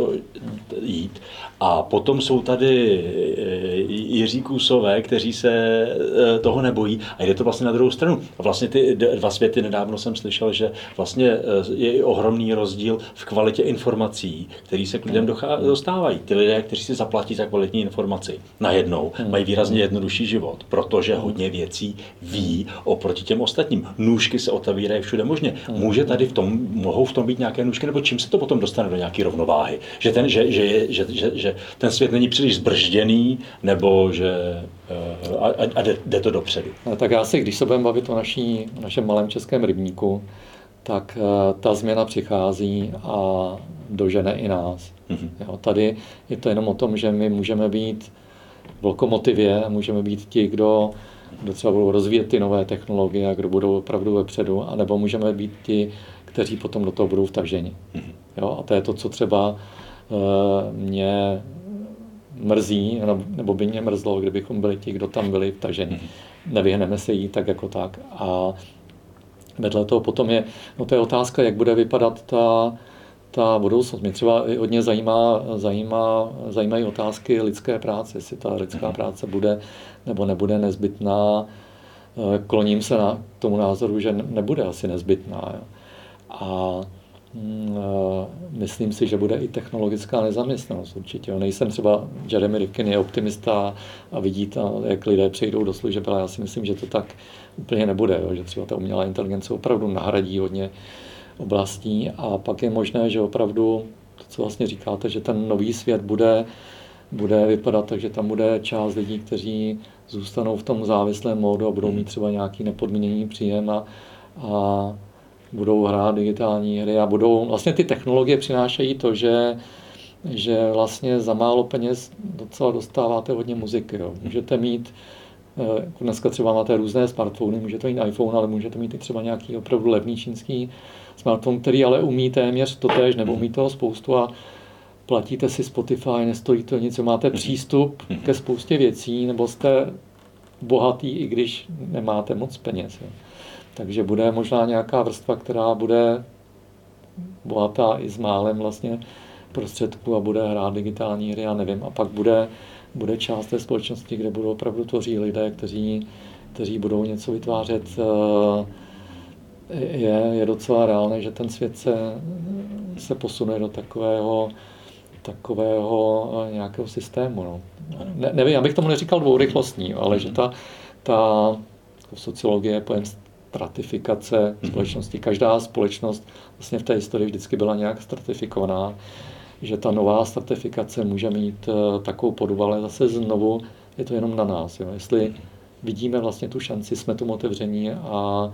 jít. A potom jsou tady Jiří Kusové, kteří se toho nebojí a jde to vlastně na druhou stranu. A vlastně ty dva světy, nedávno jsem slyšel, že vlastně je i ohromný rozdíl v kvalitě informací, které se k lidem dostávají. Ty lidé, kteří si zaplatí za kvalitní informaci, najednou mají výrazně jednodušší život, protože hodně věcí ví oproti těm ostatním. Nůžky se otevírají všude možně. Mohou v tom být nějaké nůžky, nebo čím se to potom dostane do nějaké rovnováhy? Že ten svět není příliš zbržděný, nebo že jde to dopředu. Tak když se budeme bavit o našem malém českém rybníku, tak ta změna přichází a dožene i nás. Jo, tady je to jenom o tom, že my můžeme být v lokomotivě, můžeme být ti, kdo třeba budou rozvíjet ty nové technologie a kdo budou opravdu vepředu, anebo můžeme být ti, kteří potom do toho budou vtaženi. Jo, a to je to, co třeba mě mrzí, nebo by mě mrzlo, kdybychom byli ti, kdo tam byli vtaženi. Nevyhneme se jí tak jako tak. A vedle toho potom to je otázka, jak bude vypadat ta budoucnost. Mě třeba hodně zajímají otázky lidské práce, jestli ta lidská práce bude nebo nebude nezbytná. Kloním se k tomu názoru, že nebude asi nezbytná. Jo. A myslím si, že bude i technologická nezaměstnanost určitě. Nejsem třeba, Jeremy Rifkin je optimista a vidí, jak lidé přejdou do služeb, ale já si myslím, že to tak úplně nebude, jo. Že třeba ta umělá inteligence opravdu nahradí hodně oblastí a pak je možné, že opravdu, to, co vlastně říkáte, že ten nový svět bude vypadat tak, že tam bude část lidí, kteří zůstanou v tom závislém módu a budou mít třeba nějaký nepodmíněný příjem a budou hrát digitální hry a vlastně ty technologie přinášejí to, že vlastně za málo peněz docela dostáváte hodně muziky. Jo. Můžete mít, dneska třeba máte různé smartfony, můžete mít iPhone, ale můžete mít i třeba nějaký opravdu levný čínský smartphone, který ale umí téměř totéž, nebo umí toho spoustu a platíte si Spotify, nestojí to nic, máte přístup ke spoustě věcí, nebo jste bohatý, i když nemáte moc peněz. Jo. Takže bude možná nějaká vrstva, která bude bohatá i s málem vlastně prostředků a bude hrát digitální hry, já nevím. A pak bude část té společnosti, kde budou opravdu tvoří lidé, kteří budou něco vytvářet. Je docela reálné, že ten svět se posune do takového nějakého systému. No. Nevím, já bych tomu neříkal dvourychlostní, ale že ta sociologie pojem stratifikace společnosti. Každá společnost vlastně v té historii vždycky byla nějak stratifikovaná, že ta nová stratifikace může mít takovou podobu, ale zase znovu je to jenom na nás. Jo. Jestli vidíme vlastně tu šanci, jsme tomu otevření a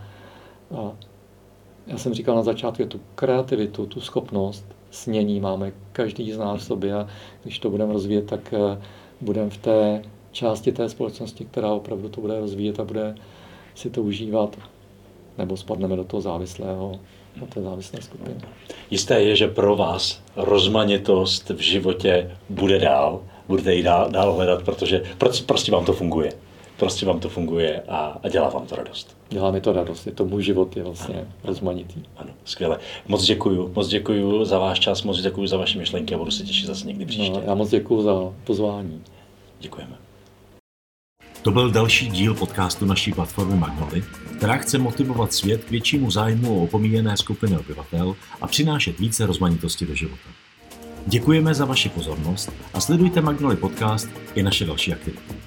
já jsem říkal na začátku, tu kreativitu, tu schopnost snění máme každý z nás v sobě a když to budeme rozvíjet, tak budeme v té části té společnosti, která opravdu to bude rozvíjet a bude si to užívat, nebo spadneme do toho závislého, do té závislé skupiny. Jisté je, že pro vás rozmanitost v životě bude dál, budete ji dál hledat, protože prostě vám to funguje. Prostě vám to funguje a dělá vám to radost. Dělá mi to radost, je to můj život, je vlastně rozmanitý. Ano, skvěle. Moc děkuju za váš čas, moc děkuju za vaše myšlenky a budu se těšit zase někdy příště. No, já moc děkuju za pozvání. Děkujeme. To byl další díl podcastu naší platformy Magnoly, která chce motivovat svět k většímu zájmu o opomíjené skupiny obyvatel a přinášet více rozmanitosti do života. Děkujeme za vaši pozornost a sledujte Magnoly podcast i naše další aktivity.